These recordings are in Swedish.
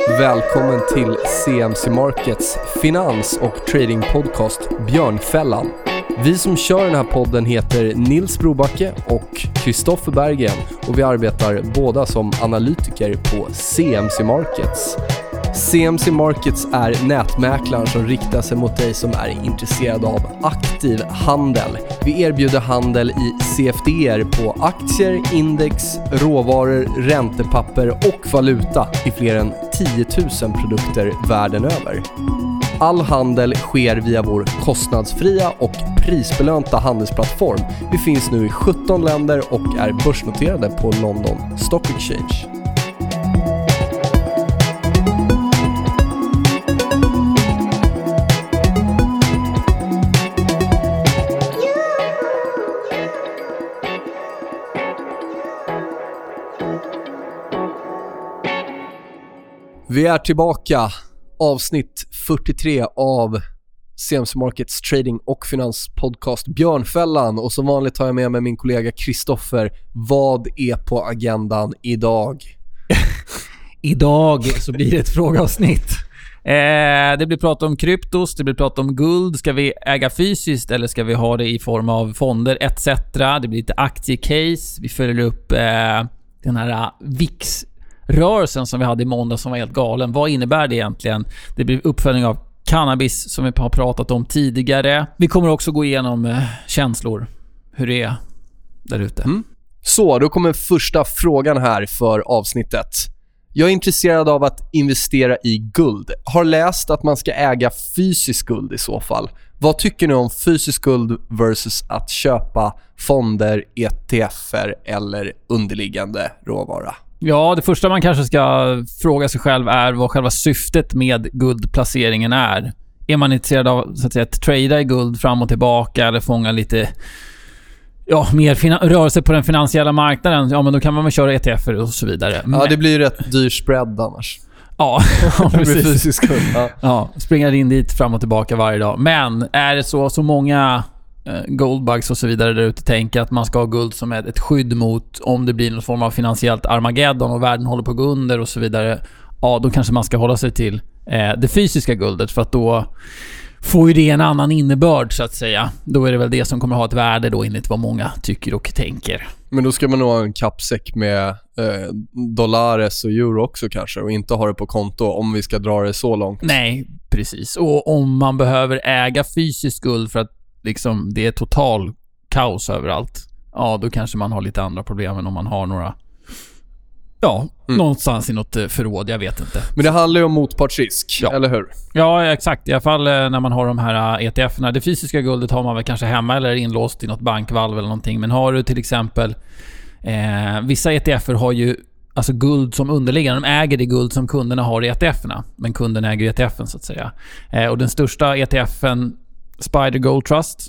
Välkommen till CMC Markets finans- och tradingpodcast Björnfällan. Vi som kör den här podden heter Nils Brobacke och Kristoffer Berggren och vi arbetar båda som analytiker på CMC Markets. CMC Markets är nätmäklaren som riktar sig mot dig som är intresserad av aktiv handel. Vi erbjuder handel i CFD:er på aktier, index, råvaror, räntepapper och valuta i fler än 10 000 produkter världen över. All handel sker via vår kostnadsfria och prisbelönta handelsplattform. Vi finns nu i 17 länder och är börsnoterade på London Stock Exchange. Vi är tillbaka, avsnitt 43 av CMC Markets trading- och finanspodcast Björnfällan. Och som vanligt har jag med mig min kollega Kristoffer. Vad är på agendan idag? Idag så blir det ett frågeavsnitt. Det blir prat om kryptos, det blir prat om guld. Ska vi äga fysiskt eller ska vi ha det i form av fonder etc. Det blir lite aktiecase. Vi följer upp den här VIX-rörelsen som vi hade i måndag som var helt galen. Vad innebär det egentligen? Det blir uppföljning av cannabis som vi har pratat om tidigare. Vi kommer också gå igenom känslor. Hur det är där ute. Så, då kommer första frågan här för avsnittet. Jag är intresserad av att investera i guld. Har läst att man ska äga fysisk guld i så fall. Vad tycker ni om fysisk guld versus att köpa fonder, ETFer eller underliggande råvara? Ja, det första man kanske ska fråga sig själv är vad själva syftet med guldplaceringen är. Är man intresserad av så att säga, att trada i guld fram och tillbaka eller fånga lite mer rörelse på den finansiella marknaden, ja men då kan man väl köra ETFer och så vidare. Ja, det blir ju rätt dyr spread annars. Ja, precis. Fysisk guld. Ja, springer in dit fram och tillbaka varje dag. Men är det så många goldbugs och så vidare där ute tänker att man ska ha guld som ett skydd mot om det blir någon form av finansiellt Armageddon och världen håller på att gå under och så vidare, ja då kanske man ska hålla sig till det fysiska guldet, för att då får ju det en annan innebörd så att säga. Då är det väl det som kommer ha ett värde då enligt vad många tycker och tänker. Men då ska man nog ha en kappsäck med dollares och euro också kanske, och inte ha det på konto om vi ska dra det så långt. Nej, precis. Och om man behöver äga fysiskt guld för att liksom det är total kaos överallt, ja då kanske man har lite andra problem än om man har några någonstans i något förråd, jag vet inte. Men det handlar ju om motpartsrisk, eller hur? Ja, exakt. I alla fall när man har de här ETFerna. Det fysiska guldet har man väl kanske hemma eller inlåst i något bankvalv eller någonting. Men har du till exempel vissa ETFer har ju alltså guld som underliggande. De äger det guld som kunderna har i ETFerna. Men kunden äger ETFen så att säga. Och den största ETFen, Spider Gold Trust,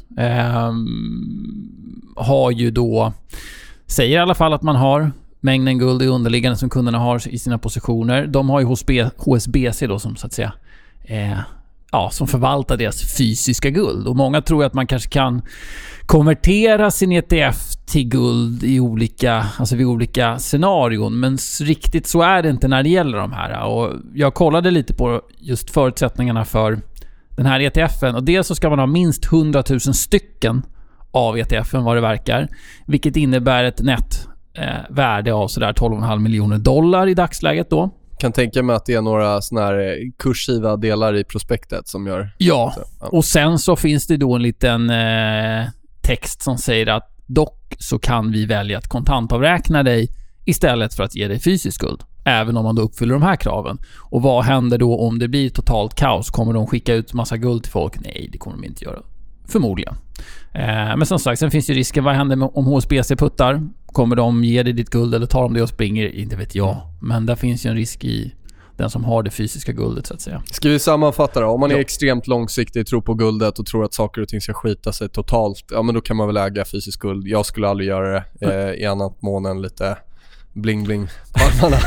har ju då, säger i alla fall att man har mängden guld i underliggande som kunderna har i sina positioner. De har ju HSBC då som så att säga som förvaltar deras fysiska guld. Och många tror att man kanske kan konvertera sin ETF till guld i vid olika scenarion. Men riktigt så är det inte när det gäller de här. Och jag kollade lite på just förutsättningarna för den här ETFen. Och dels så ska man ha minst 100 000 stycken av ETFen vad det verkar. Vilket innebär ett värde av sådär $12,5 miljoner i dagsläget då. Kan tänka mig att det är några såna här kursiva delar i prospektet som gör. Ja, och sen så finns det då en liten text som säger att dock så kan vi välja att kontantavräkna dig istället för att ge dig fysisk guld. Även om man då uppfyller de här kraven. Och vad händer då om det blir totalt kaos? Kommer de skicka ut massa guld till folk? Nej, det kommer de inte göra. Förmodligen. Men som sagt, sen finns ju risken. Vad händer om HSBC puttar? Kommer de ge dig ditt guld eller tar de det och springer? Inte vet jag. Men där finns ju en risk i den som har det fysiska guldet så att säga. Ska vi sammanfatta då? Om man är extremt långsiktig, tror på guldet och tror att saker och ting ska skita sig totalt, ja men då kan man väl äga fysisk guld. Jag skulle aldrig göra det i annat mån än lite bling-bling på armarna.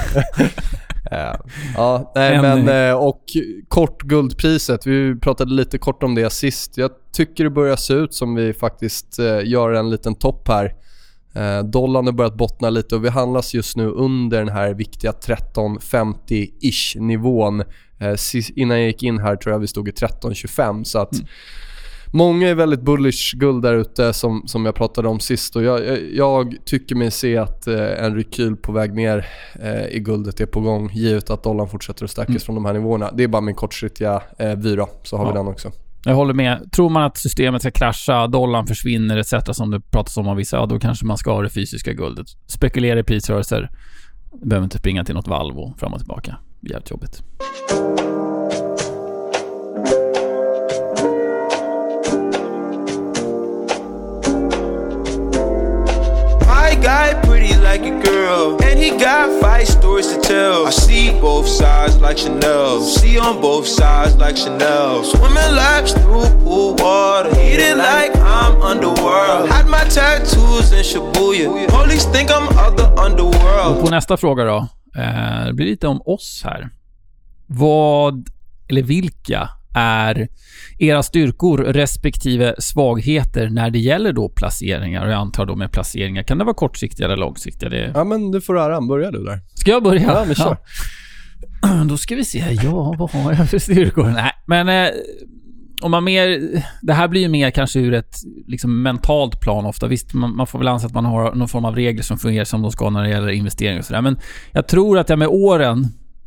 Och kort guldpriset, vi pratade lite kort om det sist. Jag tycker det börjar se ut som vi faktiskt gör en liten topp här Dollarn har börjat bottna lite och vi handlas just nu under den här viktiga 13,50-ish nivån. Innan jag gick in här tror jag vi stod i 13,25, så att många är väldigt bullish guld där ute som jag pratade om sist, och jag tycker mig se att en rekyl på väg ner i guldet är på gång, givet att dollarn fortsätter att stärkas från de här nivåerna. Det är bara min kortsiktiga vy då, så har vi den också. Jag håller med. Tror man att systemet ska krascha, dollarn försvinner etc. som det pratas om av vissa, då kanske man ska ha det fysiska guldet. Spekulera i prisrörelser, behöver inte springa till något valv och fram och tillbaka. Jävligt jobbigt. Guy pretty like a girl, and he got 5 stories to tell. I see both sides like Chanel, see on both sides like Chanel. Swimming laps through pool water, eating like I'm underworld. Had my tattoos in Shibuya, police think I'm other underworld. Och på nästa fråga då, det blir lite om oss här. Vad eller vilka är era styrkor respektive svagheter när det gäller då placeringar? Och jag antar då med placeringar, kan det vara kortsiktiga eller långsiktiga? Ja, men du får äran, börja du där. Ska jag börja? Ja, men kör. Ja. Då ska vi se, vad har jag för styrkor? Nej, men om man mer, det här blir ju mer kanske ur ett liksom mentalt plan ofta. Visst, man får väl anse att man har någon form av regler som fungerar som de ska när det gäller investeringar och sådär. Men jag tror att jag med åren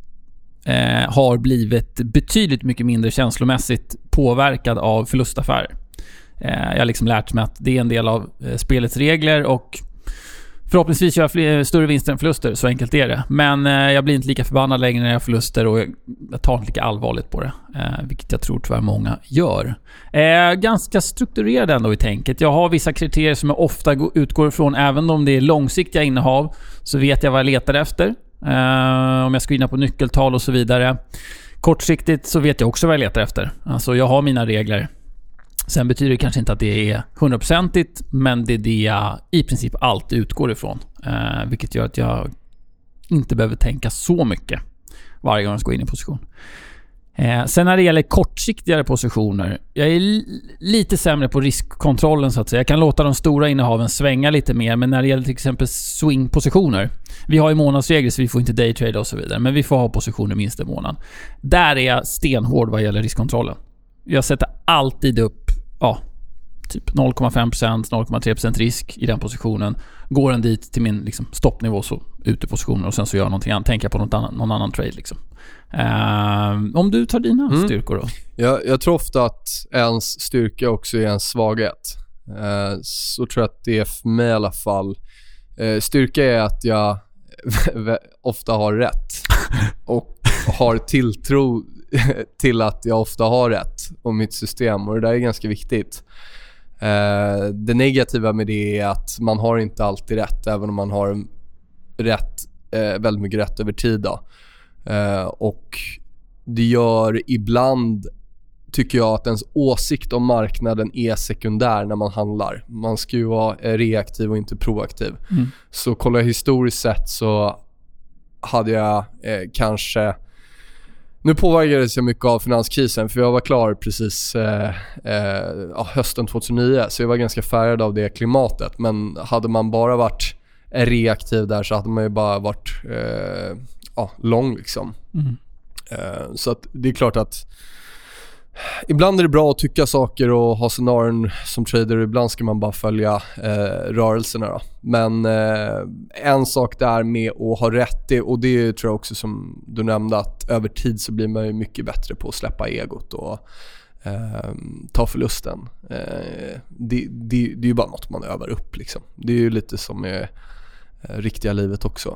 har blivit betydligt mycket mindre känslomässigt påverkad av förlustaffärer. Jag har liksom lärt mig att det är en del av spelets regler, och förhoppningsvis gör jag större vinster än förluster, så enkelt är det. Men jag blir inte lika förbannad längre när jag har förluster, och jag tar inte lika allvarligt på det, vilket jag tror tyvärr många gör. Ganska strukturerad ändå i tänket. Jag har vissa kriterier som jag ofta utgår ifrån, även om det är långsiktiga innehav, så vet jag vad jag letar efter. Om jag ska in på nyckeltal och så vidare. Kortsiktigt så vet jag också vad jag letar efter. Alltså jag har mina regler. Sen betyder det kanske inte att det är 100%, men det är det jag i princip alltid utgår ifrån. Vilket gör att jag inte behöver tänka så mycket varje gång jag ska gå in i position. Sen när det gäller kortsiktigare positioner, jag är lite sämre på riskkontrollen så att säga. Jag kan låta de stora innehaven svänga lite mer, men när det gäller till exempel swing-positioner, vi har ju månadsregler så vi får inte daytrade och så vidare, men vi får ha positioner minst en månad. Där är jag stenhård vad gäller riskkontrollen. Jag sätter alltid upp typ 0,5%, 0,3% risk i den positionen. Går den dit till min liksom stoppnivå, så ut i positionen, och sen så gör jag någonting annat, tänker jag på någon annan trade liksom. Om du tar dina styrkor då? Jag tror ofta att ens styrka också är ens svaghet. Så tror jag att det är för mig i alla fall. Styrka är att jag ofta har rätt och har tilltro till att jag ofta har rätt om mitt system, och det där är ganska viktigt. Det negativa med det är att man har inte alltid rätt, även om man har rätt, väldigt mycket rätt över tid då. Och det gör ibland, tycker jag, att ens åsikt om marknaden är sekundär när man handlar. Man ska ju vara reaktiv och inte proaktiv. Så kollar jag historiskt sett, så hade jag kanske... Nu påverkades jag mycket av finanskrisen, för jag var klar precis hösten 2009, så jag var ganska färgad av det klimatet. Men hade man bara varit reaktiv där, så hade man ju bara varit lång liksom. Så att det är klart att ibland är det bra att tycka saker och ha scenarion som trader, och ibland ska man bara följa rörelserna då. Men en sak där med att ha rätt, och det tror jag också som du nämnde, att över tid så blir man ju mycket bättre på att släppa egot och ta förlusten. Det är ju bara något man övar upp liksom. Det är ju lite som med riktiga livet också.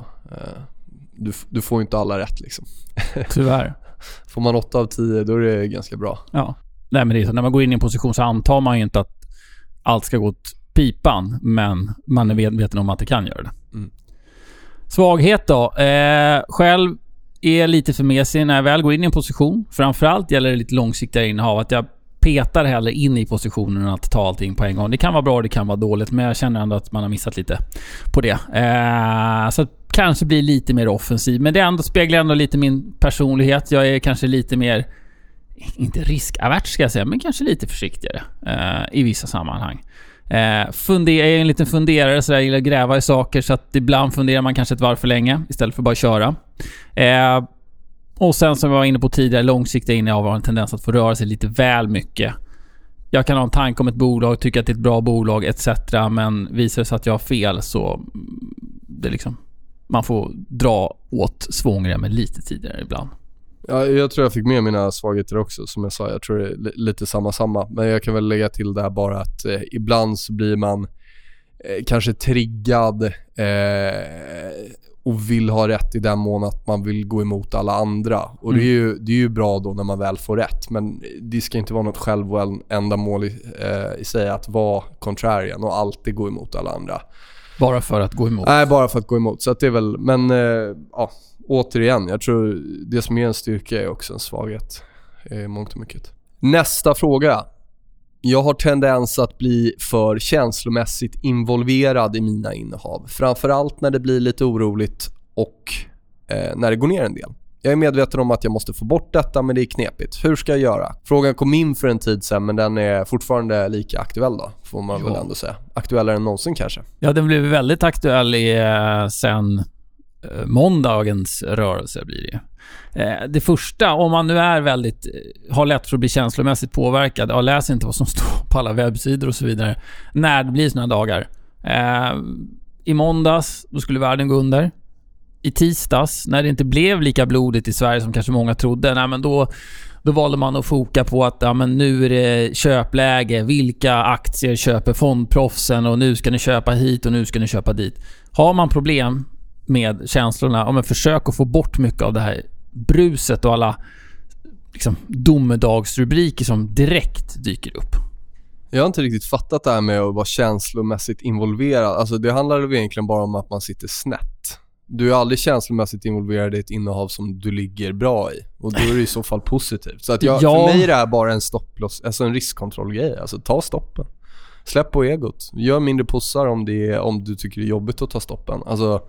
Du får ju inte alla rätt liksom. Tyvärr. Får man 8 av 10, då är det ganska bra. Ja. Nej, men det är så, när man går in i en position så antar man ju inte att allt ska gå åt pipan, men man är medveten om att det kan göra det. Svaghet då. Själv är lite för mesig när jag väl går in i en position. Framförallt gäller det lite långsiktiga innehav, att jag petar hellre in i positionen än att ta allting på en gång. Det kan vara bra, det kan vara dåligt, men jag känner ändå att man har missat lite på det. Så kanske blir lite mer offensiv, men det ändå speglar ändå lite min personlighet. Jag är kanske lite mer, inte riskavert ska jag säga, men kanske lite försiktigare i vissa sammanhang. Jag är en liten funderare så jag gillar att gräva i saker, så att ibland funderar man kanske ett varv för länge istället för bara köra. Och sen som jag var inne på tidigare, långsiktiga innehav har en tendens att få röra sig lite väl mycket. Jag kan ha en tanke om ett bolag, tycka att det är ett bra bolag etc. Men visar det sig att jag har fel, så det liksom, man får dra åt svångremmen lite tidigare ibland. Ja, jag tror jag fick med mina svagheter också, som jag sa. Jag tror det är lite samma. Men jag kan väl lägga till där bara att ibland så blir man kanske triggad och vill ha rätt i den mån att man vill gå emot alla andra. Och det är ju bra då när man väl får rätt. Men det ska inte vara något självändamål i sig att vara contrarian och alltid gå emot alla andra. Bara för att gå emot? Nej, bara för att gå emot. Så att det är väl, men ja, återigen, jag tror det som är en styrka är också en svaghet i mångt och mycket. Nästa fråga. Jag har tendens att bli för känslomässigt involverad i mina innehav. Framförallt när det blir lite oroligt och när det går ner en del. Jag är medveten om att jag måste få bort detta, men det är knepigt. Hur ska jag göra? Frågan kom in för en tid sedan, men den är fortfarande lika aktuell då, får man väl ändå säga. Aktuellare än någonsin kanske. Ja, den blev väldigt aktuell sen måndagens rörelse blir det. Det första, om man nu är väldigt, har lätt för att bli känslomässigt påverkad, läs inte vad som står på alla webbsidor och så vidare när det blir såna dagar. I måndags, då skulle världen gå under. I tisdags, när det inte blev lika blodigt i Sverige som kanske många trodde, men då valde man att foka på att men nu är det köpläge, vilka aktier köper fondproffsen och nu ska ni köpa hit och nu ska ni köpa dit. Har man problem med känslorna, men försök att få bort mycket av det här bruset och alla liksom domedagsrubriker som direkt dyker upp. Jag har inte riktigt fattat det här med att vara känslomässigt involverad. Alltså det handlar väl egentligen bara om att man sitter snett. Du är aldrig känslomässigt involverad i ett innehav som du ligger bra i. Och då är det i så fall positivt. Så att för mig är det här bara en stopploss, alltså en riskkontrollgrej. Alltså ta stoppen. Släpp på egot. Gör mindre pussar om du tycker det är jobbigt att ta stoppen. Alltså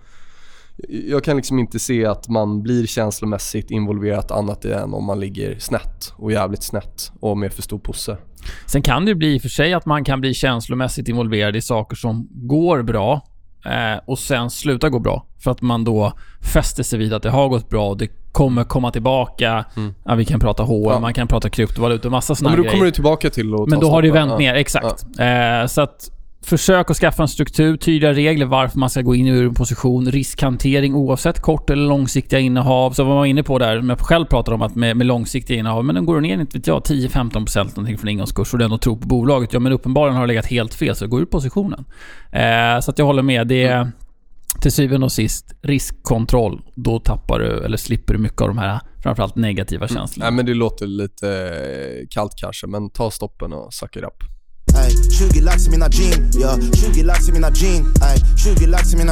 jag kan liksom inte se att man blir känslomässigt involverat annat än om man ligger snett och jävligt snett och med för stor pusse. Sen kan det bli för sig att man kan bli känslomässigt involverad i saker som går bra och sen sluta gå bra. För att man då fäster sig vid att det har gått bra och det kommer komma tillbaka. Ja, vi kan prata H&M, man kan prata kryptovaluta och massa såna grejer. Men då kommer du tillbaka till att men då har det ju vänt ner, exakt. Så att försök att skaffa en struktur, tydliga regler varför man ska gå in i en position, riskhantering oavsett kort eller långsiktiga innehav. Så vad man var inne på där, jag själv pratar om att med långsiktiga innehav, men den går ner inte vet jag 10-15% någonting från ingångskurs och den och tror på bolaget. Ja, men uppenbarligen har det legat helt fel, så går ur positionen. Så att jag håller med, det är till syvende och sist riskkontroll. Då tappar du eller slipper du mycket av de här framförallt negativa känslorna. Nej, men det låter lite kallt kanske, men ta stoppen och suck it up. Ay, 20 lax i mina jeans, yeah. 20 lax i mina jeans, ay. 20 lax i mina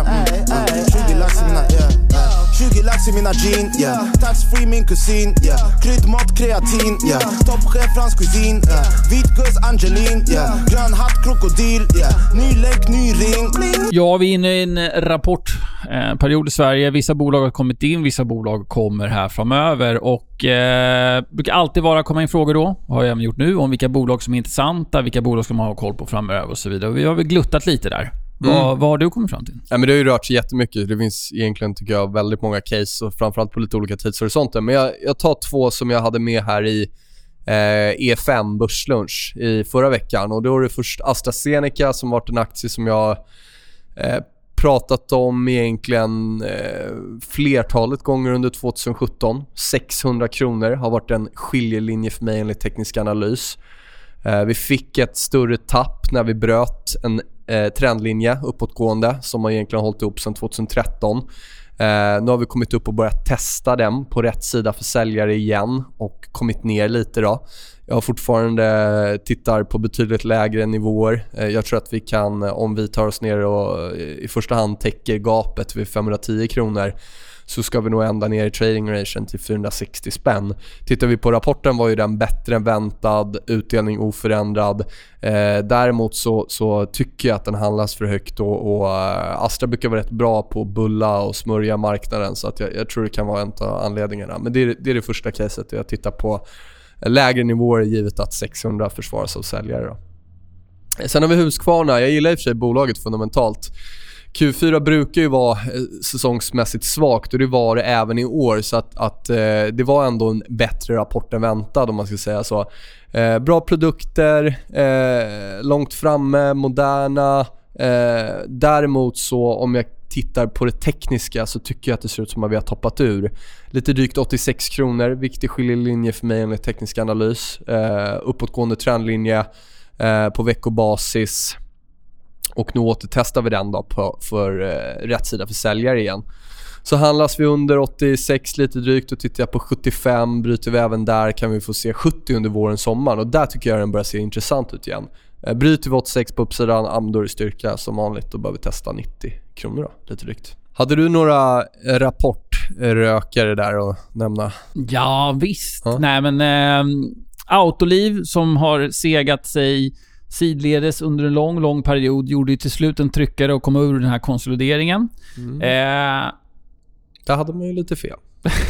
20 lax i mina, yeah. 20 lax i mina jeans, yeah. Tax free min kusin, yeah. Kryddmat kreatin, yeah. Toppchef fransk cuisine, yeah. Vitguzz Angelin, yeah. Grön hatt krokodil, yeah. Ny länk, ny ring. Ja, vi är inne i en rapportperiod i Sverige. Vissa bolag har kommit in, vissa bolag kommer här framöver och brukar alltid komma in frågor då, har jag även gjort nu, om vilka bolag som är intressanta, vilka bolag ska man ha koll på framöver och så vidare. Vi har väl gluttat lite där. Vad har du kommit fram till? Ja, men det har ju rört sig jättemycket. Det finns egentligen, tycker jag, väldigt många case och framförallt på lite olika tidshorisonter. Men jag tar två som jag hade med här i E5 börslunch i förra veckan. Och då är det först AstraZeneca som varit en aktie som jag pratat om egentligen flertalet gånger under 2017. 600 kronor har varit en skiljelinje för mig enligt teknisk analys. Vi fick ett större tapp när vi bröt en trendlinje uppåtgående som har egentligen hållit ihop sedan 2013. Nu har vi kommit upp och börjat testa den på rätt sida för säljare igen och kommit ner lite då. Jag fortfarande tittar på betydligt lägre nivåer. Jag tror att vi kan, om vi tar oss ner och i första hand täcker gapet vid 510 kronor, så ska vi nog ända ner i trading ration till 460 spänn. Tittar vi på rapporten var ju den bättre än väntad, utdelning oförändrad. Däremot så tycker jag att den handlas för högt och Astra brukar vara rätt bra på att bulla och smörja marknaden, så att jag tror det kan vara en av anledningarna. Men det är det första caset. Jag tittar på lägre nivåer givet att 600 försvaras av säljare då. Sen har vi Husqvarna. Jag gillar i och för sig bolaget fundamentalt. Q4 brukar ju vara säsongsmässigt svagt och det var det även i år, så att det var ändå en bättre rapport än väntad, om man ska säga så. Bra produkter, långt framme, moderna. Däremot så om jag tittar på det tekniska så tycker jag att det ser ut som att vi har toppat ur. Lite drygt 86 kronor, viktig skiljelinje för mig enligt teknisk analys. Uppåtgående trendlinje på veckobasis. Och nu återtestar vi den då för rätt sida för säljare igen. Så handlas vi under 86 lite drygt och tittar jag på 75, bryter vi även där kan vi få se 70 under våren, sommaren. Och där tycker jag den börjar se intressant ut igen. Bryter vi 86 på uppsidan, då är det styrka som vanligt, och behöver testa 90 kronor då, lite drygt. Hade du några rapportrökare där att nämna? Ja, visst. Ja. Nej, men Autoliv som har segat sig sidledes under en lång period gjorde ju till slut en tryckare och kom ur den här konsolideringen. Där hade man ju lite fel.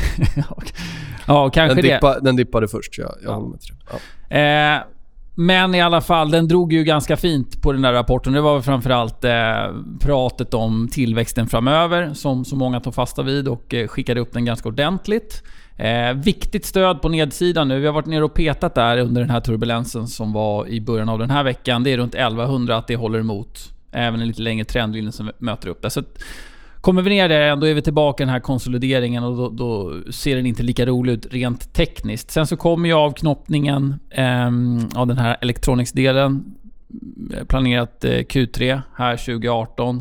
Ja, kanske den dippade först, jag håller med till det. Ja. Men i alla fall, den drog ju ganska fint på den där rapporten. Det var framförallt pratet om tillväxten framöver som så många tog fasta vid och skickade upp den ganska ordentligt. Viktigt stöd på nedsidan nu. Vi har varit nere och petat där under den här turbulensen som var i början av den här veckan. Det är runt 1100 att det håller emot. Även en lite längre trendlinje som möter upp där. Så att, kommer vi ner där, då är vi tillbaka i den här konsolideringen och då ser den inte lika rolig ut rent tekniskt. Sen så kommer ju avknoppningen av den här elektroniksdelen, planerat Q3 här 2018.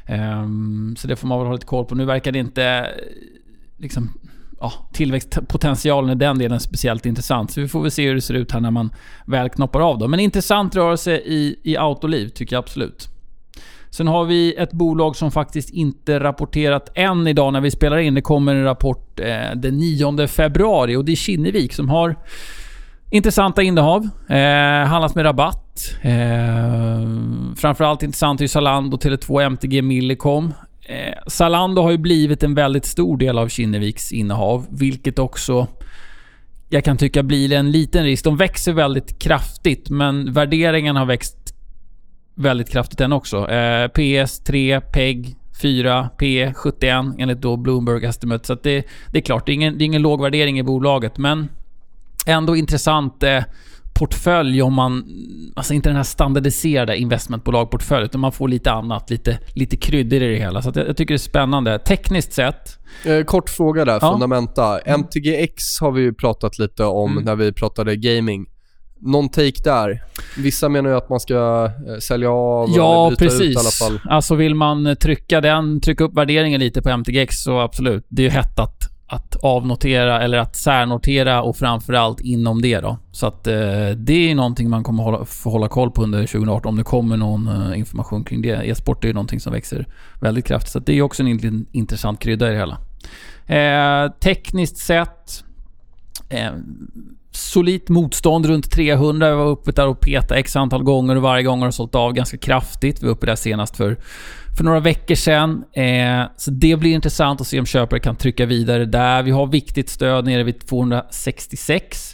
Så det får man väl ha lite koll på. Nu verkar det inte liksom, tillväxtpotentialen i den delen speciellt intressant. Så vi får väl se hur det ser ut här när man väl knoppar av då. Men intressant rörelse i Autoliv tycker jag absolut. Sen har vi ett bolag som faktiskt inte rapporterat än idag när vi spelar in. Det kommer en rapport den 9 februari och det är Kinnevik som har intressanta innehav. Handlas med rabatt. Framförallt intressant är ju Zalando, Tele2, MTG, Millicom. Zalando har ju blivit en väldigt stor del av Kinneviks innehav, vilket också jag kan tycka blir en liten risk. De växer väldigt kraftigt, men värderingen har växt väldigt kraftigt den också. PS 3, PEG 4, P 71 enligt då Bloomberg Estimate. Så att det är klart, det är ingen låg värdering i bolaget, men ändå intressant portfölj om man, alltså inte den här standardiserade investmentbolagportfölj, utan man får lite annat, lite kryddor i det hela. Så att jag tycker det är spännande. Tekniskt sett. Kort fråga där, fundamenta. MTGX har vi ju pratat lite om när vi pratade gaming. Någon take där? Vissa menar ju att man ska sälja av eller bryta ut i alla fall. Alltså vill man trycka upp värderingen lite på MTGX, så absolut. Det är ju hett att avnotera eller att särnotera och framförallt inom det då. Så att det är någonting man kommer få hålla koll på under 2018 om det kommer någon information kring det. E-sport är ju någonting som växer väldigt kraftigt, så att det är också en intressant krydda i det hela. Tekniskt sett solidt motstånd runt 300. Vi var uppe där och peta x antal gånger och varje gång har sålt av ganska kraftigt. Vi var uppe där senast för några veckor sedan. Så det blir intressant att se om köpare kan trycka vidare där. Vi har viktigt stöd nere vid 266.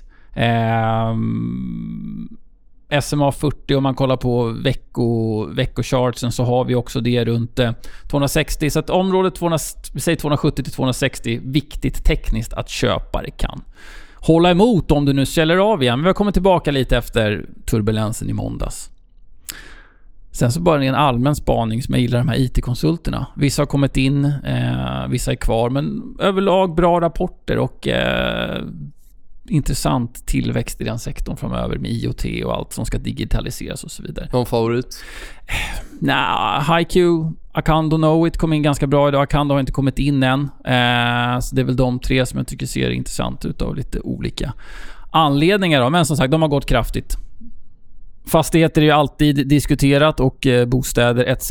SMA 40, om man kollar på veckochartsen så har vi också det runt 260. Så att området 270 till 260, viktigt tekniskt att köpare kan hålla emot om du nu säljer av igen. Men vi har kommit tillbaka lite efter turbulensen i måndags. Sen så bara en allmän spaning som jag gillar, de här IT-konsulterna. Vissa har kommit in, vissa är kvar, men överlag bra rapporter och intressant tillväxt i den sektorn framöver med IoT och allt som ska digitaliseras och så vidare. Någon favorit? HiQ, Acando Knowit kom in ganska bra idag. Acando har inte kommit in än. Så det är väl de tre som jag tycker ser intressant ut av lite olika anledningar då. Men som sagt, de har gått kraftigt. Fastigheter är ju alltid diskuterat och bostäder etc.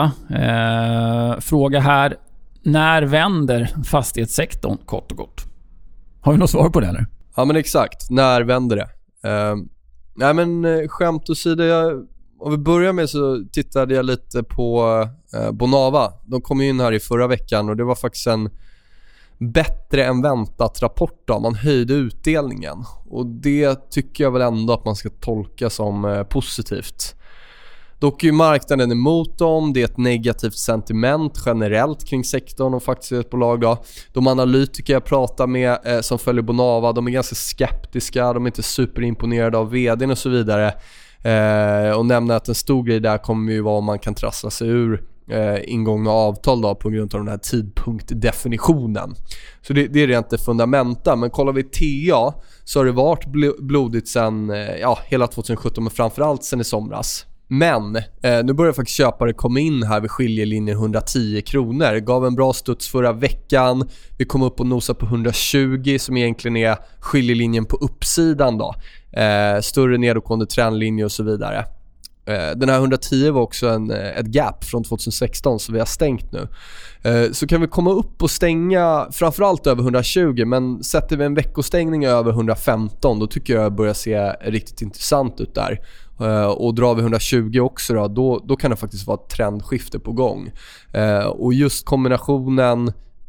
Fråga här. När vänder fastighetssektorn kort och gott? Har vi något svar på det eller? Ja men exakt, när vänder det? Nej men skämt åsida, om vi börjar med så tittade jag lite på Bonava. De kom in här i förra veckan och det var faktiskt en bättre än väntat rapport då. Man höjde utdelningen och det tycker jag väl ändå att man ska tolka som positivt. Dock är ju marknaden emot dem. Det är ett negativt sentiment generellt kring sektorn och fastighetsbolag då. De analytiker jag pratar med som följer Bonava, de är ganska skeptiska. De är inte superimponerade av vdn och så vidare. Och nämna att en stor grej där kommer ju vara om man kan trassla sig ur ingångna avtal då, på grund av den här tidpunktdefinitionen. Så det är rent fundamenta. Men kollar vi TA så har det varit blodigt sedan hela 2017, men framförallt sedan i somras. Men nu börjar faktiskt köpare komma in här vid skiljelinjen 110 kronor. Gav en bra studs förra veckan. Vi kom upp och nosade på 120 som egentligen är skiljelinjen på uppsidan då. Större nedåtgående trendlinje och så vidare. Den här 110 var också ett gap från 2016 så vi har stängt nu. Så kan vi komma upp och stänga framförallt över 120, men sätter vi en veckostängning över 115 då tycker jag börjar se riktigt intressant ut där. Och drar vi 120 också då kan det faktiskt vara ett trendskifte på gång. Och just kombinationen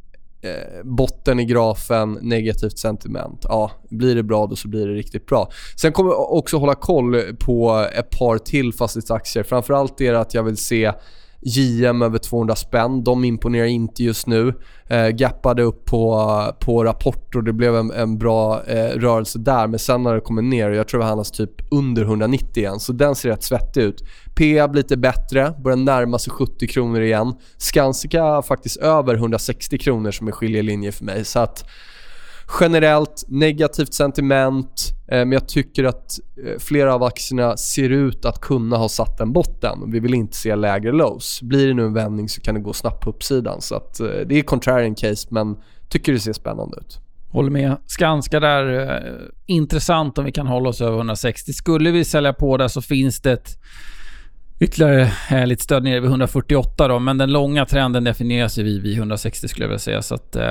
botten i grafen, negativt sentiment. Ja, blir det bra då så blir det riktigt bra. Sen kommer jag också hålla koll på ett par till fastighetsaktier. Framförallt är det att jag vill se JM över 200 spänn. De imponerar inte just nu. Gappade upp på rapport och det blev en bra rörelse där. Men sen har det kommit ner och jag tror det handlas typ under 190 igen. Så den ser rätt svettig ut. PA blir lite bättre. Börjar närma sig 70 kronor igen. Skanska faktiskt över 160 kronor som är skiljelinje för mig. Så att generellt negativt sentiment, men jag tycker att flera av aktierna ser ut att kunna ha satt en botten. Vi vill inte se lägre lows. Blir det nu en vändning så kan det gå snabbt på uppsidan. Så att det är contrarian case, men tycker det ser spännande ut. Håller med. Skanska där, intressant om vi kan hålla oss över 160. Skulle vi sälja på det så finns det ett ytterligare lite stöd nere vid 148 då, men den långa trenden definieras ju vid 160 skulle jag vilja säga. Så att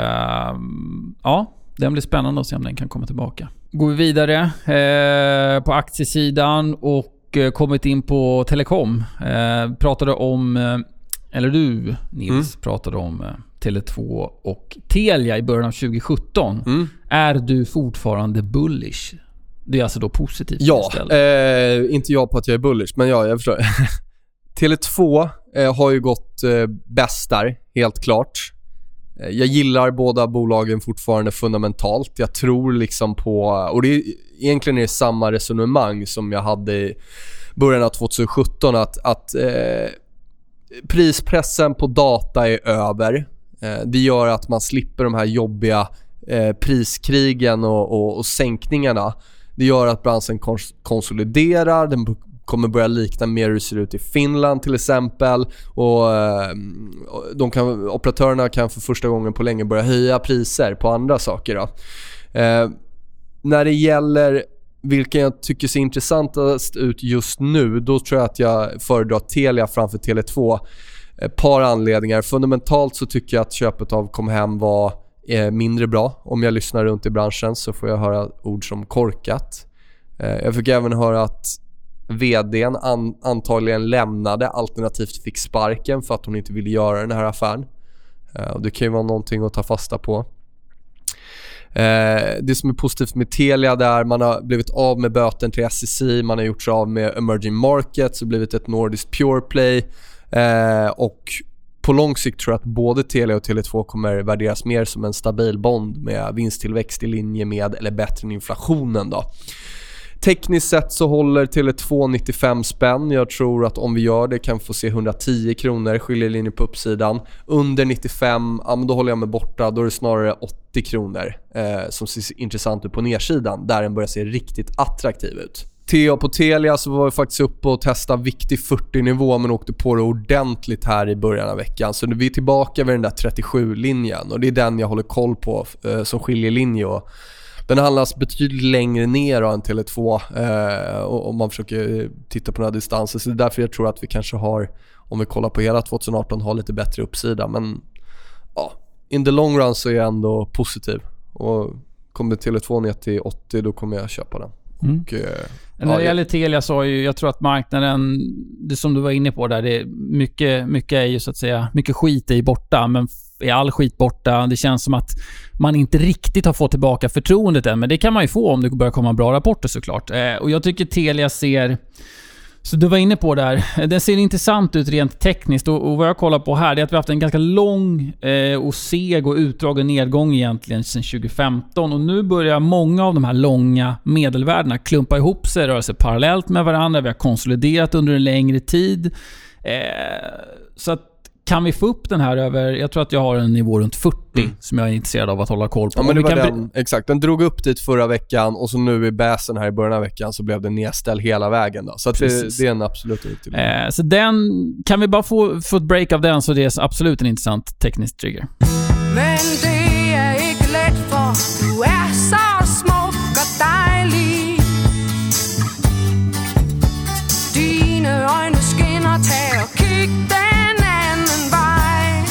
den blir spännande att se om den kan komma tillbaka. Går vi vidare på aktiesidan och kommit in på telekom. Pratade om, eller du Nils pratade om Tele2 och Telia i början av 2017. Är du fortfarande bullish? Det är alltså då positivt? Ja, inte jag på att jag är bullish, men jag förstår. Tele2 har ju gått bäst där, helt klart. Jag gillar båda bolagen fortfarande fundamentalt. Jag tror liksom på, och det är egentligen samma resonemang som jag hade i början av 2017, att prispressen på data är över. Det gör att man slipper de här jobbiga priskrigen och sänkningarna. Det gör att branschen konsoliderar. Den kommer börja likna mer hur det ser ut i Finland till exempel. Och operatörerna kan för första gången på länge börja höja priser på andra saker då. När det gäller vilken jag tycker ser intressantast ut just nu, då tror jag att jag föredrar Telia framför Tele2. Ett par anledningar. Fundamentalt så tycker jag att köpet av Comhem var mindre bra. Om jag lyssnar runt i branschen så får jag höra ord som korkat. Jag fick även höra att vdn antagligen lämnade, alternativt fick sparken för att hon inte ville göra den här affären. Och det kan ju vara någonting att ta fasta på. Det som är positivt med Telia där, man har blivit av med böten till SEC, man har gjort sig av med emerging markets och blivit ett nordiskt pure play. Och på lång sikt tror jag att både Telia och Tele2 kommer värderas mer som en stabil bond med vinsttillväxt i linje med eller bättre än inflationen då. Tekniskt sett så håller Tele2 95 spänn. Jag tror att om vi gör det kan vi få se 110 kronor skiljelinje på uppsidan. Under 95, men då håller jag mig borta. Då är det snarare 80 kronor som ser intressant ut på nedsidan. Där den börjar se riktigt attraktiv ut. På Telia så var vi faktiskt uppe och testade viktig 40-nivå men åkte på det ordentligt här i början av veckan. Så nu är vi tillbaka vid den där 37-linjen och det är den jag håller koll på som skiljelinje. Och den handlas betydligt längre ner än Tele2 om man försöker titta på den här distansen. Så det är därför jag tror att vi kanske har, om vi kollar på hela 2018, har lite bättre uppsida. Men ja, in the long run så är jag ändå positiv. Och kommer Tele2 ner till 80, då kommer jag köpa den. Och, när det gäller Telia så jag tror att marknaden, det som du var inne på där, det är mycket är ju så att säga, mycket skit är borta, men är all skit borta. Det känns som att man inte riktigt har fått tillbaka förtroendet än, men det kan man ju få om det börjar komma bra rapporter såklart. Och jag tycker Telia ser Så du var inne på där. Den ser intressant ut rent tekniskt och vad jag kollar på här är att vi har haft en ganska lång och seg och utdragen nedgång egentligen sedan 2015 och nu börjar många av de här långa medelvärdena klumpa ihop sig, röra sig parallellt med varandra. Vi har konsoliderat under en längre tid. Så att kan vi få upp den här över, jag tror att jag har en nivå runt 40 som jag är intresserad av att hålla koll på. Ja, men det var den, exakt. Den drog upp dit förra veckan och så nu i bäsen här i början av veckan så blev den nedställd hela vägen då. Så att det är en absolut riktig. Så den, kan vi bara få ett break av den så det är absolut en intressant teknisk trigger. Men det är inte lätt för du är så smått och dejlig. Dina ögon skinner till och kick den annan väg.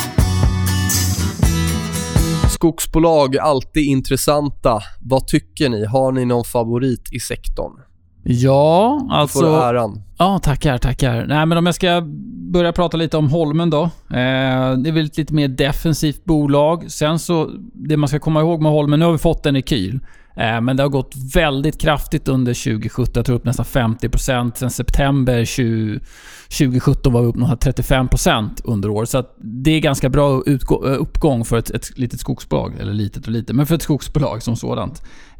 Skogsbolag, alltid intressanta. Vad tycker ni? Har ni någon favorit i sektorn? Ja, alltså... Får äran. Ja, tackar. Nej, men om jag ska börja prata lite om Holmen då. Det är väl ett lite mer defensivt bolag. Sen så, det man ska komma ihåg med Holmen, nu har vi fått en rekyl. Men det har gått väldigt kraftigt under 2017. Jag tror upp nästan 50%. Sen september 2017 var vi upp några 35% under år. Så att det är ganska bra uppgång för ett litet skogsbolag. Eller litet och litet, men för ett skogsbolag som sådant.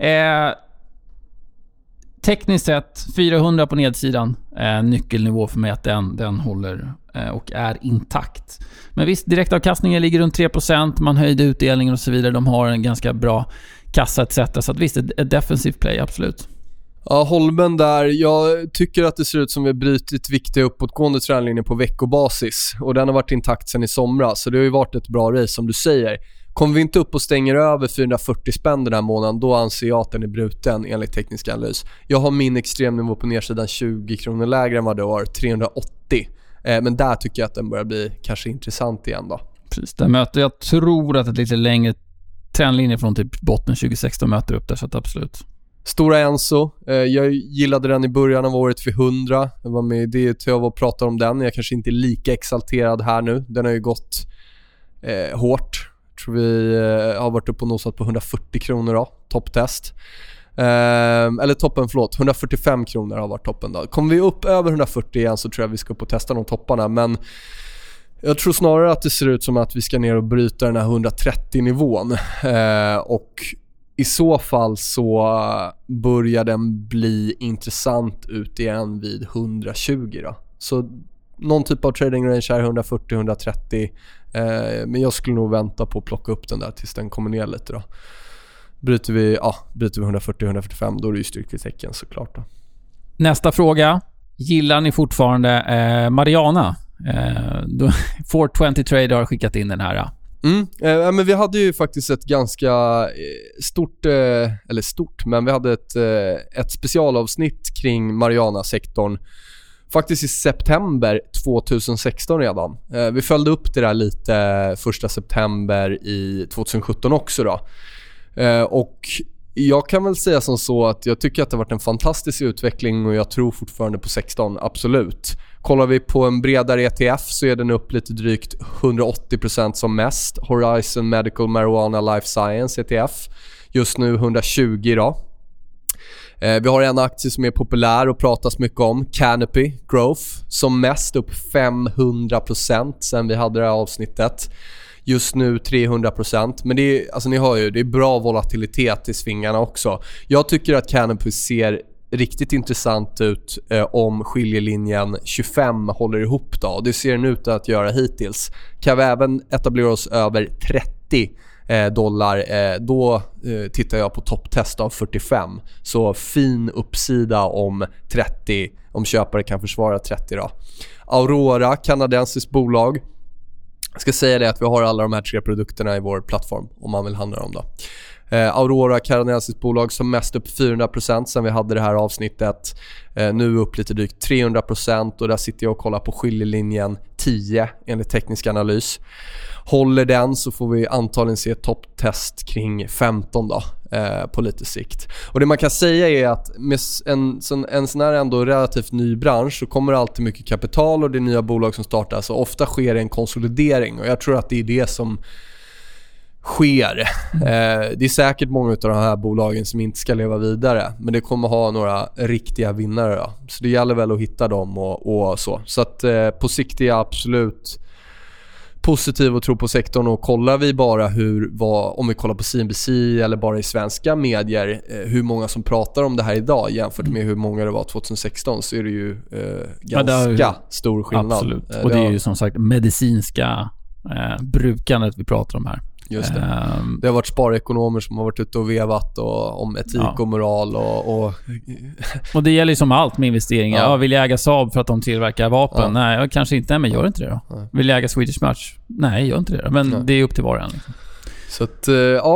Tekniskt sett 400 på nedsidan. Nyckelnivå för mig att den håller och är intakt. Men visst, direktavkastningen ligger runt 3%. Man höjde utdelningen och så vidare. De har en ganska bra kassa etc. Så att visst, ett defensivt play, absolut. Ja, Holmen där. Jag tycker att det ser ut som vi har brytit viktiga uppåtgående trendlinjer på veckobasis. Och den har varit intakt sedan i somras. Så det har ju varit ett bra race som du säger. Kommer vi inte upp och stänger över 440 spänn den här månaden, då anser jag att den är bruten enligt teknisk analys. Jag har min extremnivå på nedsidan 20 kronor lägre än vad det var, 380. Men där tycker jag att den börjar bli kanske intressant igen då. Precis, där möter jag tror att ett lite längre trendlinje från typ botten 2016 möter upp där, så att absolut. Stora Enso, jag gillade den i början av året för 100. Jag var med i DTV och pratade om den. Jag kanske inte är lika exalterad här nu. Den har ju gått hårt. Jag tror vi har varit upp och nosat på 140 kronor då, topptest. Eller toppen, 145 kronor har varit toppen då. Kommer vi upp över 140 igen så tror jag vi ska upp och testa de topparna. Men jag tror snarare att det ser ut som att vi ska ner och bryta den här 130-nivån. Och i så fall så börjar den bli intressant ut igen vid 120 då. Så någon typ av trading range är 140-130. Men jag skulle nog vänta på att plocka upp den där tills den kommer ner lite då. Bryter vi 140-145, då är det ju styrketecken såklart då. Nästa fråga. Gillar ni fortfarande Mariana? 420 Trader har skickat in den här. Men vi hade ju faktiskt ett ganska men vi hade ett specialavsnitt kring Mariana-sektorn faktiskt i september 2016 redan. Vi följde upp det där lite 1 september i 2017 också då. Och jag kan väl säga som så att jag tycker att det har varit en fantastisk utveckling och jag tror fortfarande på 16, absolut. Kollar vi på en bredare ETF så är den upp lite drygt 180% som mest. Horizon Medical Marijuana Life Science ETF. Just nu 120 då. Vi har en aktie som är populär och pratas mycket om, Canopy Growth, som mest upp 500% sen vi hade det här avsnittet. Just nu 300%, men det är, alltså ni hör ju, det är bra volatilitet i svingarna också. Jag tycker att Canopy ser riktigt intressant ut om skiljelinjen 25 håller ihop då. Det ser den ut att göra hittills. Kan vi även etablera oss över 30 dollar, då tittar jag på topptest av 45. Så fin uppsida om 30, om köpare kan försvara 30 då. Aurora, kanadensiskt bolag. Jag ska säga det att vi har alla de här 3 produkterna i vår plattform om man vill handla dem då. Aurora, kanadensiskt bolag som mest upp 400% sen vi hade det här avsnittet. Nu upp lite drygt 300% och där sitter jag och kollar på skiljelinjen 10 enligt teknisk analys. Håller den så får vi antagligen se ett topptest kring 15 då, på lite sikt. Och det man kan säga är att med en sån här ändå relativt ny bransch så kommer alltid mycket kapital och det är nya bolag som startar, så ofta sker en konsolidering och jag tror att det är det som sker. Det är säkert många av de här bolagen som inte ska leva vidare, men det kommer ha några riktiga vinnare då. Så det gäller väl att hitta dem och så. Så att på sikt är jag absolut positiv och tror på sektorn, och kollar vi bara om vi kollar på CNBC eller bara i svenska medier hur många som pratar om det här idag jämfört med hur många det var 2016, så är det ju ganska stor skillnad. Absolut. Och det är ju som sagt medicinska brukandet vi pratar om här. Just det. Det har varit sparekonomer som har varit ute och vevat om etik och moral och det gäller ju som allt med investeringar. Vill jag äga Saab för att de tillverkar vapen? Nej, jag kanske inte. Men gör inte det då. Vill jag äga Swedish Match? Nej, gör inte det då. Men det är upp till var och en. Liksom. Så att,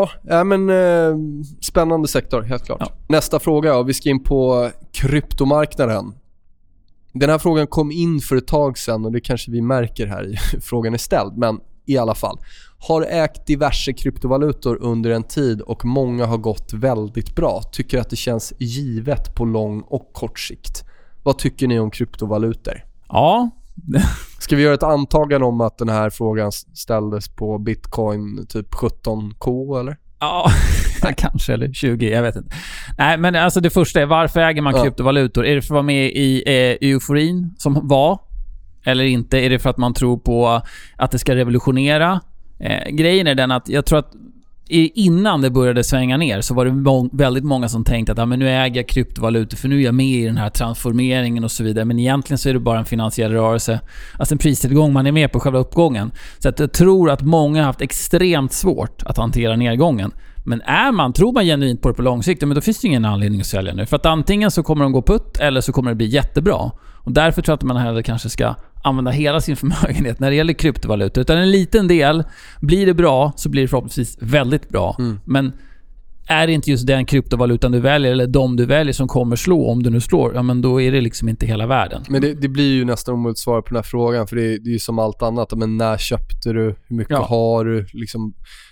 spännande sektor, helt klart. Ja. Nästa fråga, vi ska in på kryptomarknaden. Den här frågan kom in för ett tag sedan, och det kanske vi märker här i frågan är ställd, men i alla fall. Har ägt diverse kryptovalutor under en tid och många har gått väldigt bra. Tycker att det känns givet på lång och kort sikt. Vad tycker ni om kryptovalutor? Ja. Ska vi göra ett antagande om att den här frågan ställdes på Bitcoin typ 17K eller? Ja, kanske, eller 20, jag vet inte. Nej, men alltså det första är, varför äger man kryptovalutor? Är det för att vara med i euforin som var? Eller inte? Är det för att man tror på att det ska revolutionera? Grejen är den att jag tror att innan det började svänga ner så var det väldigt många som tänkte att men nu äger jag kryptovalutor för nu är jag med i den här transformeringen och så vidare. Men egentligen så är det bara en finansiell rörelse. Alltså en pristillgång, man är med på själva uppgången. Så att jag tror att många har haft extremt svårt att hantera nedgången. Men tror man genuint på det på lång sikt, men då finns det ingen anledning att sälja nu. För att antingen så kommer de gå putt eller så kommer det bli jättebra. Och därför tror jag att man hellre kanske ska använda hela sin förmögenhet när det gäller kryptovalutor. Utan en liten del, blir det bra så blir det förhoppningsvis väldigt bra. Men är det inte just den kryptovalutan du väljer eller de du väljer som kommer slå, om du nu slår, men då är det liksom inte hela världen. Men det blir ju nästan omöjligt att svara på den här frågan, för det är ju som allt annat. Men när köpte du? Hur mycket har du? Liksom,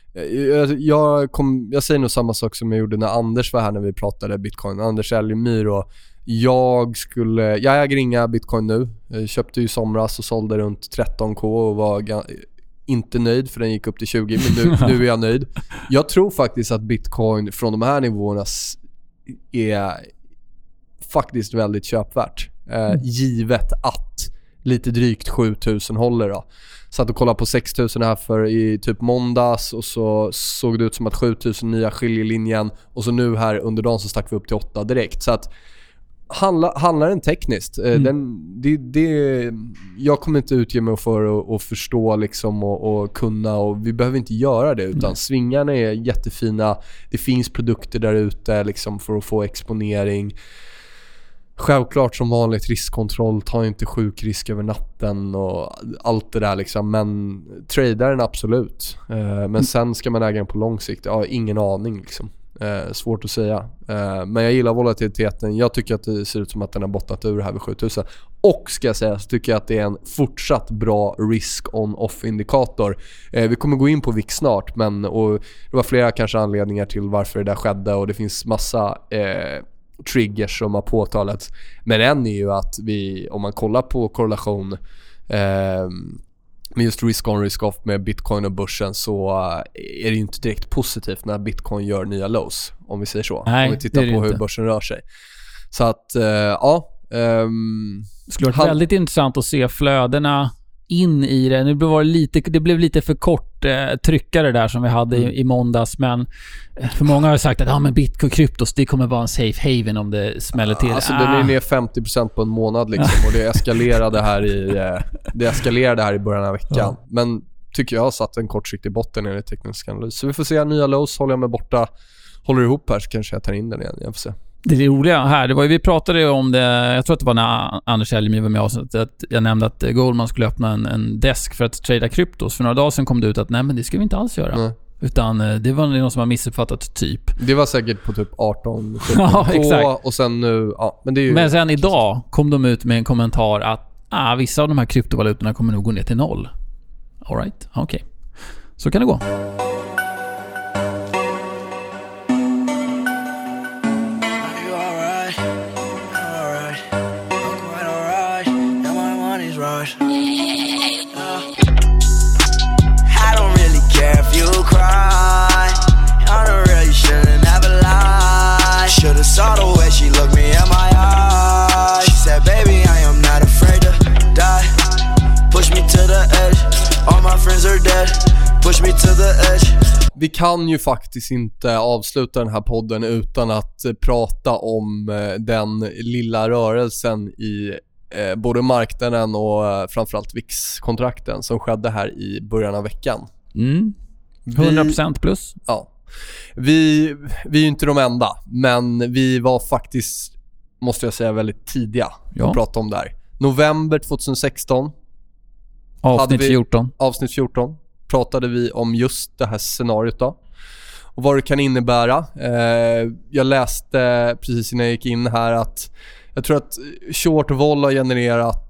jag säger nog samma sak som jag gjorde när Anders var här när vi pratade Bitcoin. Anders Elgemyr, och jag äger inga Bitcoin nu. Jag köpte ju somras och sålde runt 13K och var inte nöjd för den gick upp till 20, men nu är jag nöjd. Jag tror faktiskt att Bitcoin från de här nivåerna är faktiskt väldigt köpvärt. Givet att lite drygt 7000 håller då. Satt och kollade på 6000 här för i typ måndags, och så såg det ut som att 7000 nya skiljelinjen, och så nu här under dagen så stack vi upp till 8 direkt. Så att handlar den tekniskt. Jag kommer inte utge mig för att förstå liksom och kunna, och vi behöver inte göra det, utan svingarna är jättefina. Det finns produkter där ute liksom för att få exponering. Självklart som vanligt riskkontroll, ta inte sjuk risk över natten och allt det där liksom, men tradar den absolut. Men sen ska man äga den på lång sikt. Ingen aning liksom. Svårt att säga. Men jag gillar volatiliteten. Jag tycker att det ser ut som att den har bottnat ur här vid 7000. Och ska jag säga så tycker jag att det är en fortsatt bra risk-on-off-indikator. Vi kommer gå in på VIX snart, och det var flera kanske anledningar till varför det där skedde, och det finns massa triggers som har påtalats. Men en är ju att om man kollar på korrelation med just risk-on, risk-off med Bitcoin och börsen, så är det ju inte direkt positivt när Bitcoin gör nya lows, om vi säger så. Nej, om vi tittar på hur börsen rör sig. Så att, det skulle vara väldigt intressant att se flödena in i det. Nu det blev lite för kort tryckare där som vi hade i måndags, men för många har sagt att men Bitcoin kryptos, det kommer vara en safe haven om det smäller till. Alltså den är ner 50% på en månad liksom, och det eskalerade här i början av veckan. Men tycker jag har satt en kortsiktig botten i teknisk analys. Så vi får se nya lows, håller jag mig borta, håller ihop här så kanske jag tar in den igen. Jag får se. Det roliga här, det var ju, vi pratade om det, jag tror att det var när Anders Elgemyr var med oss, att jag nämnde att Goldman skulle öppna en desk för att trada kryptos. För några dagar sedan kom det ut att nej, men det ska vi inte alls göra. Nej. Utan det var någon som har missuppfattat typ. Det var säkert på typ 18 ja, exakt. Och sen nu, men det är ju... Men sen idag kom de ut med en kommentar att vissa av de här kryptovalutorna kommer nog gå ner till 0. All right, okej. Så kan det gå. I don't really care if you cry. saw the way she looked me in my eyes. She said, baby, I am not afraid to die. Push me to the edge. All my friends are dead. Push me to the edge. Vi kan ju faktiskt inte avsluta den här podden utan att prata om den lilla rörelsen i både marknaden och framförallt VIX-kontrakten som skedde här i början av veckan. 100% plus. Ja. Vi är ju inte de enda, men vi var faktiskt, måste jag säga, väldigt tidiga att prata om det här. November 2016. Avsnitt 14. Pratade vi om just det här scenariot då. Och vad det kan innebära. Jag läste precis innan jag gick in här att jag tror att short vol har genererat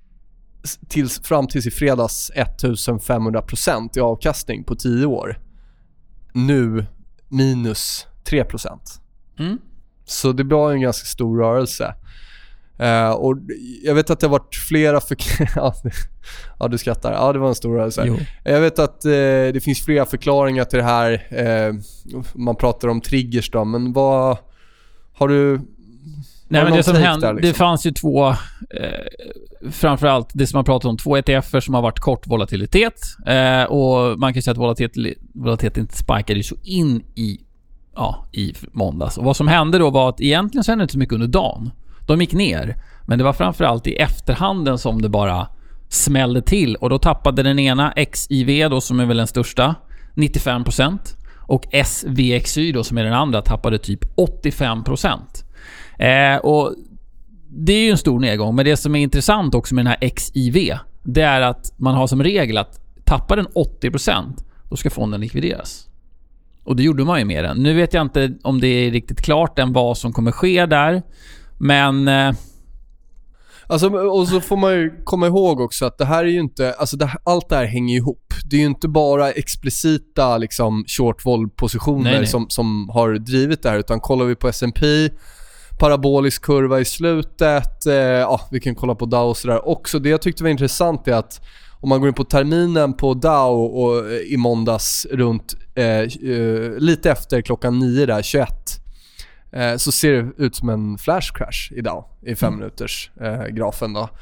fram tills i fredags 1500% i avkastning på 10 år. Nu minus 3%. Så det var en ganska stor rörelse. Och jag vet att det har varit flera ja, du skrattar. Ja, det var en stor rörelse. Jo. Jag vet att det finns flera förklaringar till det här. Man pratar om triggers då, men vad har du... Nej, men det som hände, där, liksom? Det fanns ju två, framförallt det som man pratat om, 2 ETFer som har varit kort volatilitet. Och man kan säga att volatiliteten spikade ju så in i måndags. Och vad som hände då var att egentligen så hände det inte så mycket under dagen. De gick ner, men det var framförallt i efterhanden som det bara smällde till. Och då tappade den ena XIV då, som är väl den största, 95%. Och SVXY då, som är den andra, tappade typ 85%. Och det är ju en stor nedgång. Men det som är intressant också med den här XIV, det är att man har som regel att tappar den 80%, då ska fonden likvideras. Och det gjorde man ju med den. Nu vet jag inte om det är riktigt klart än vad som kommer ske där. Men... Alltså, och så får man ju komma ihåg också att det här är ju inte... Alltså allt det här hänger ihop. Det är ju inte bara explicita liksom, short vol-positioner som har drivit det här. Utan kollar vi på S&P, parabolisk kurva i slutet. Vi kan kolla på Dow och sådär också. Det jag tyckte var intressant är att om man går in på terminen på Dow och i måndags runt lite efter klockan 9 där, 21, så ser det ut som en flash crash i Dow i 5 minuters grafen då.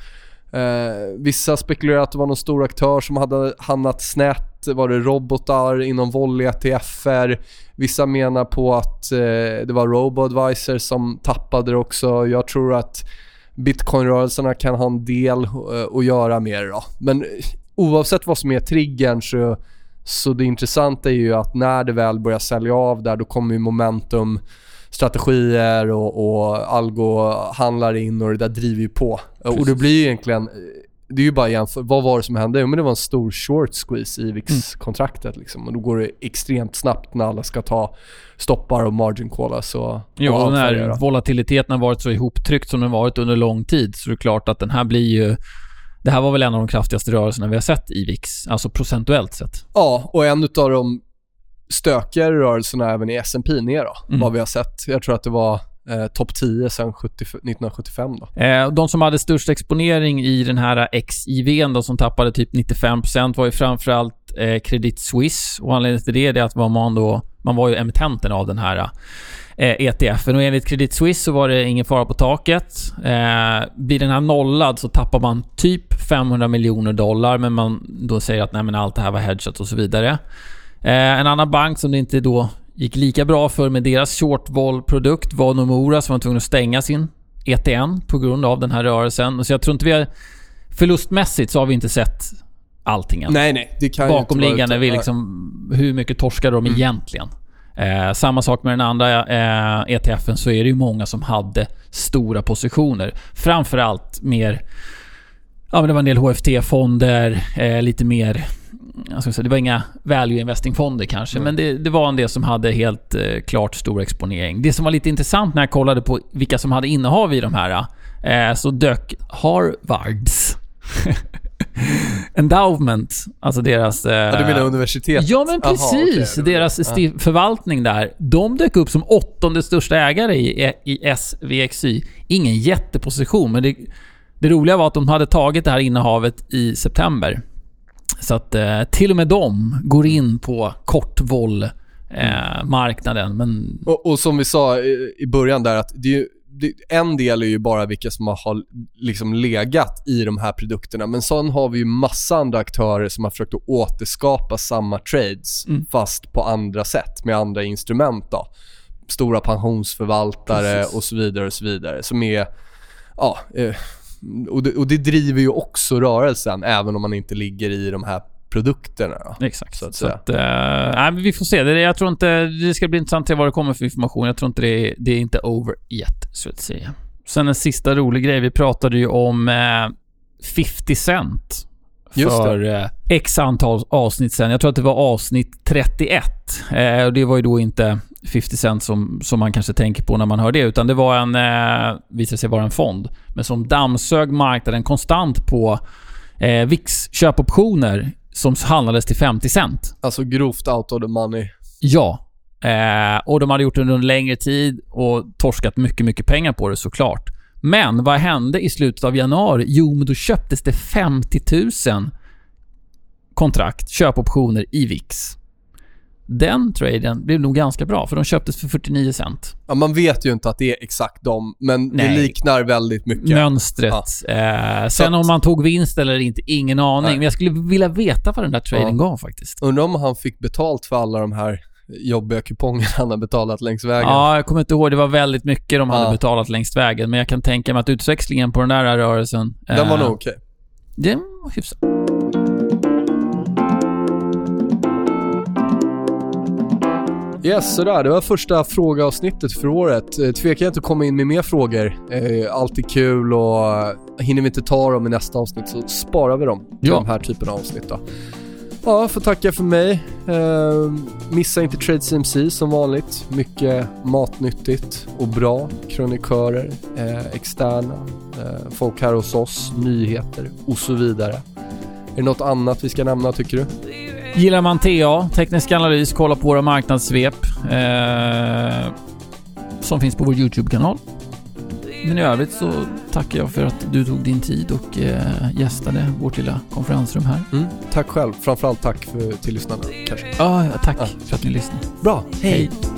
Vissa spekulerar att det var någon stor aktör som hade hamnat snett. Var det robotar inom volley-ETFer? Vissa menar på att det var robo-advisor som tappade det också. Jag tror att Bitcoin-rörelserna kan ha en del att göra med det då. Men oavsett vad som är triggern så det intressanta är ju att när det väl börjar sälja av där, då kommer ju momentum, strategier och algo handlar in och det där driver ju på. Precis. Och det blir ju egentligen, det är ju bara jämför, vad var det som hände? Men det var en stor short squeeze i VIX-kontraktet liksom. Och då går det extremt snabbt när alla ska ta stoppar och margin callas. Så när volatiliteten har varit så ihoptryckt som den varit under lång tid, så är det klart att den här blir ju... Det här var väl en av de kraftigaste rörelserna vi har sett i VIX, alltså procentuellt sett. Ja, och en av de stökigare rörelserna även i S&P ner då, vad vi har sett. Jag tror att det var topp 10 sedan 1975 då. De som hade störst exponering i den här XIV då, som tappade typ 95%, var ju framförallt Credit Suisse, och anledningen till det är att man var ju emittenten av den här ETFen, och enligt Credit Suisse så var det ingen fara på taket. Blir den här nollad så tappar man typ $500 miljoner, men man då säger att nej, men allt det här var hedgat och så vidare. En annan bank som det inte då gick lika bra för med deras short vol-produkt var Nomura, som var tvungen att stänga sin ETN på grund av den här rörelsen. Så jag tror inte vi har, förlustmässigt så har vi inte sett allting än. Nej, det kan bakomliggande vi liksom, hur mycket torskade de egentligen. Samma sak med den andra ETFen, så är det ju många som hade stora positioner. Framförallt men det var en del HFT-fonder, lite mer, det var inga value investing-fonder kanske, men det var en del som hade helt klart stor exponering. Det som var lite intressant när jag kollade på vilka som hade innehav i de här, så dök Harvards endowment, alltså deras... du menar universitet? Ja, men precis. Aha, okay. Deras förvaltning där. De dök upp som 8:e största ägare i SVXY. Ingen jätteposition, men det roliga var att de hade tagit det här innehavet i september. Så att till och med de går in på kort vol marknaden. Men... Och som vi sa i början där, att en del är ju bara vilka som har liksom legat i de här produkterna, men sen har vi ju massa andra aktörer som har försökt att återskapa samma trades fast på andra sätt med andra instrument då. Stora pensionsförvaltare och så vidare som är och det driver ju också rörelsen även om man inte ligger i de här produkterna då. Exakt. Så att vi får se. Jag tror inte det ska bli intressant att vad det kommer för information. Jag tror inte det är inte over yet, så att säga. Sen en sista rolig grej. Vi pratade ju om 50 Cent för x antal avsnitt sen. Jag tror att det var avsnitt 31. Och det var ju då inte 50 Cent som man kanske tänker på när man hör det, utan det var visade sig vara en fond, men som dammsög marknaden konstant på VIX köpoptioner som handlades till 50 cent. Alltså grovt out of the money. Ja. Och de hade gjort det under en längre tid och torskat mycket, mycket pengar på det såklart. Men vad hände i slutet av januari? Jo, men då köptes det 50 000 kontrakt, köpoptioner i VIX. Den traden blev nog ganska bra, för de köptes för 49 cent. Ja, man vet ju inte att det är exakt dem, men det liknar väldigt mycket mönstret. Ja. Sen om man tog vinst eller inte, ingen aning. Nej. Men jag skulle vilja veta vad den där traden gav faktiskt. Undrar om han fick betalt för alla de här jobbiga kuponger han har betalat längs vägen. Ja, jag kommer inte ihåg. Det var väldigt mycket de hade betalat längs vägen. Men jag kan tänka mig att utväxlingen på den där rörelsen... Den var nog okej. Den var hyfsat. Yes, sådär. Det var första frågeavsnittet för året. Tveka inte att komma in med mer frågor. Alltid kul, och hinner vi inte ta dem i nästa avsnitt så sparar vi dem till de här typen av avsnitt då. Ja, får tacka för mig. Missa inte Trade CMC som vanligt. Mycket matnyttigt och bra. Kronikörer, externa, folk här hos oss, nyheter och så vidare. Är det något annat vi ska nämna, tycker du? Gillar man TA, teknisk analys, kolla på våra marknadssvep som finns på vår YouTube-kanal. Men i övrigt så tackar jag för att du tog din tid och gästade vårt lilla konferensrum här. Tack själv. Framförallt tack till lyssnarna kanske. Ja, tack för att ni lyssnade. Bra, hej.